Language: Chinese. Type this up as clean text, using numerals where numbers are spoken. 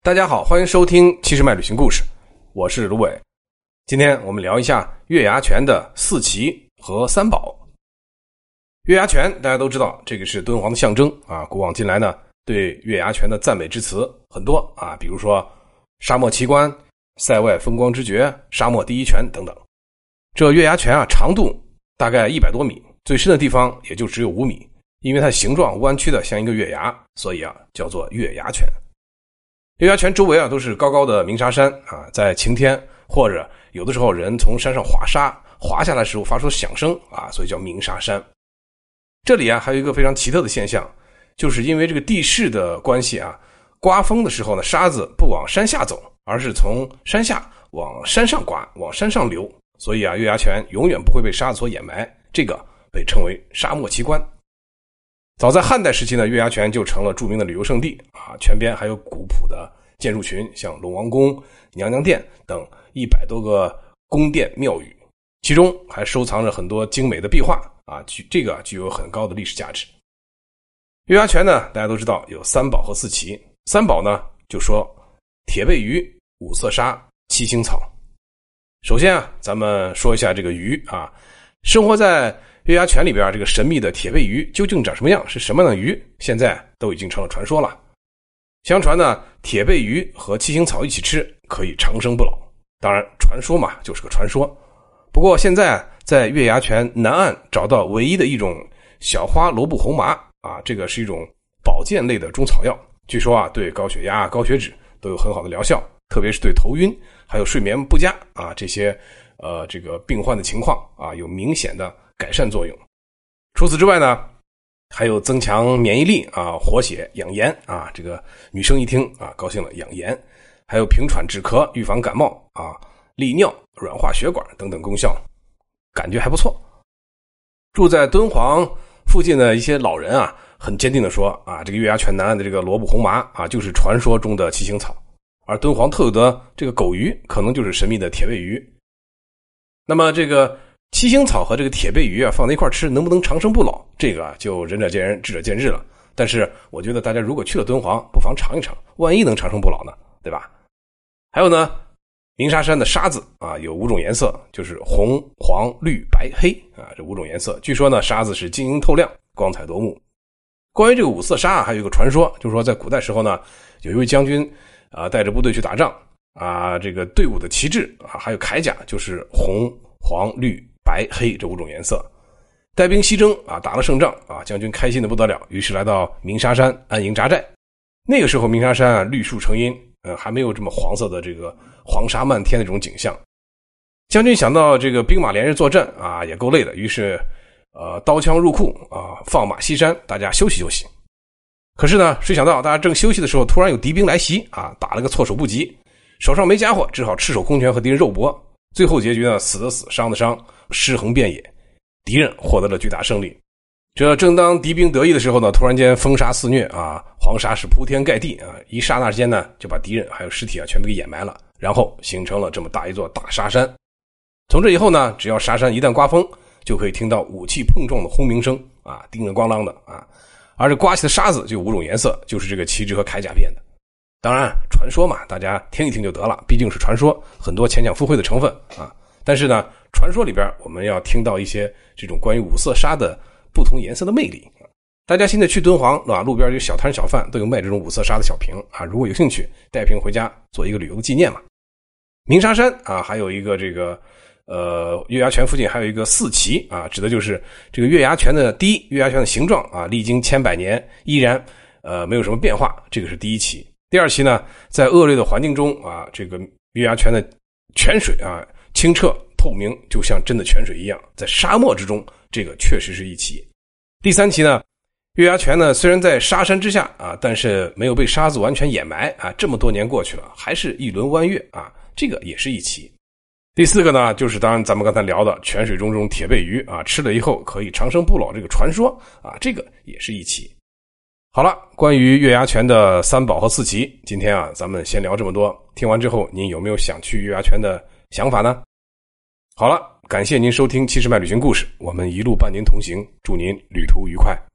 大家好，欢迎收听七十迈旅行故事，我是卢伟。今天我们聊一下月牙泉的四奇和三宝。月牙泉大家都知道，这个是敦煌的象征啊。古往今来呢，对月牙泉的赞美之词很多啊，比如说沙漠奇观、塞外风光之绝、沙漠第一泉等等。这月牙泉啊，长度大概100多米，最深的地方也就只有5米，因为它形状弯曲的像一个月牙，所以啊叫做月牙泉。月牙泉周围啊都是高高的鸣沙山啊，在晴天或者有的时候人从山上滑沙滑下来的时候发出响声啊，所以叫鸣沙山。这里啊还有一个非常奇特的现象，就是因为这个地势的关系啊，刮风的时候呢，沙子不往山下走，而是从山下往山上刮，往山上流，所以啊月牙泉永远不会被沙子所掩埋，这个被称为沙漠奇观。早在汉代时期呢，月牙泉就成了著名的旅游胜地啊，泉边还有古朴的建筑群，像龙王宫、娘娘殿等100多个宫殿庙宇，其中还收藏着很多精美的壁画啊，这个具有很高的历史价值。月牙泉呢，大家都知道有三宝和四奇。三宝呢，就说铁背鱼、五色沙、七星草。首先啊，咱们说一下这个鱼啊，生活在月牙泉里边这个神秘的铁背鱼究竟长什么样，是什么样的鱼，现在都已经成了传说了。相传呢，铁背鱼和七星草一起吃可以长生不老，当然传说嘛，就是个传说。不过现在在月牙泉南岸找到唯一的一种小花萝卜红麻啊，这个是一种保健类的中草药，据说啊对高血压、高血脂都有很好的疗效，特别是对头晕还有睡眠不佳啊这些这个病患的情况啊有明显的改善作用。除此之外呢，还有增强免疫力啊、活血养颜啊，这个女生一听啊高兴了，养颜，还有平喘止咳、预防感冒啊、利尿、软化血管等等功效，感觉还不错。住在敦煌附近的一些老人啊，很坚定的说啊，这个月牙泉南岸的这个萝卜红麻啊，就是传说中的七星草，而敦煌特有的这个狗鱼可能就是神秘的铁背鱼。那么这个七星草和这个铁背鱼啊放在一块吃，能不能长生不老，这个就仁者见仁，智者见智了。但是我觉得大家如果去了敦煌，不妨尝一尝，万一能长生不老呢，对吧？还有呢，鸣沙山的沙子啊有5种颜色，就是红、黄、绿、白、黑啊，这5种颜色。据说呢，沙子是晶莹透亮，光彩夺目。关于这个五色沙啊，还有一个传说，就是说在古代时候呢，有一位将军啊带着部队去打仗啊，这个队伍的旗帜啊还有铠甲就是红、黄、绿、白、黑这5种颜色。带兵西征啊，打了胜仗啊，将军开心的不得了，于是来到鸣沙山安营扎寨。那个时候鸣沙山啊绿树成荫，还没有这么黄色的这个黄沙漫天的这种景象。将军想到这个兵马连日作战啊也够累的，于是刀枪入库啊，放马西山，大家休息休息。可是呢，谁想到大家正休息的时候，突然有敌兵来袭啊，打了个措手不及，手上没家伙，只好赤手空拳和敌人肉搏。最后结局呢，死的死，伤的伤，尸横遍野，敌人获得了巨大胜利。这正当敌兵得意的时候呢，突然间风沙肆虐啊，黄沙是铺天盖地啊，一刹那之间呢，就把敌人还有尸体啊全部给掩埋了，然后形成了这么大一座大沙山。从这以后呢，只要沙山一旦刮风，就可以听到武器碰撞的轰鸣声啊，叮铃咣啷的啊，而这刮起的沙子就有5种颜色，就是这个旗帜和铠甲变的。当然传说嘛，大家听一听就得了，毕竟是传说，很多牵强附会的成分啊。但是呢，传说里边我们要听到一些这种关于五色沙的不同颜色的魅力。大家现在去敦煌啊，路边有小摊小贩都有卖这种五色沙的小瓶啊，如果有兴趣带瓶回家做一个旅游的纪念嘛。鸣沙山啊，还有一个这个月牙泉附近还有一个四奇啊，指的就是这个月牙泉的月牙泉的形状啊，历经千百年依然没有什么变化，这个是第一奇。第二奇呢，在恶劣的环境中啊，这个月牙泉的泉水啊清澈透明，就像真的泉水一样，在沙漠之中，这个确实是一奇。第三奇呢，月牙泉呢虽然在沙山之下啊，但是没有被沙子完全掩埋啊，这么多年过去了，还是一轮弯月啊，这个也是一奇。第4个呢，就是当然咱们刚才聊的泉水中这种铁背鱼啊，吃了以后可以长生不老这个传说啊，这个也是一奇。好了，关于月牙泉的三宝和四奇，今天啊咱们先聊这么多。听完之后，您有没有想去月牙泉的想法呢？好了，感谢您收听七十迈旅行故事，我们一路伴您同行，祝您旅途愉快。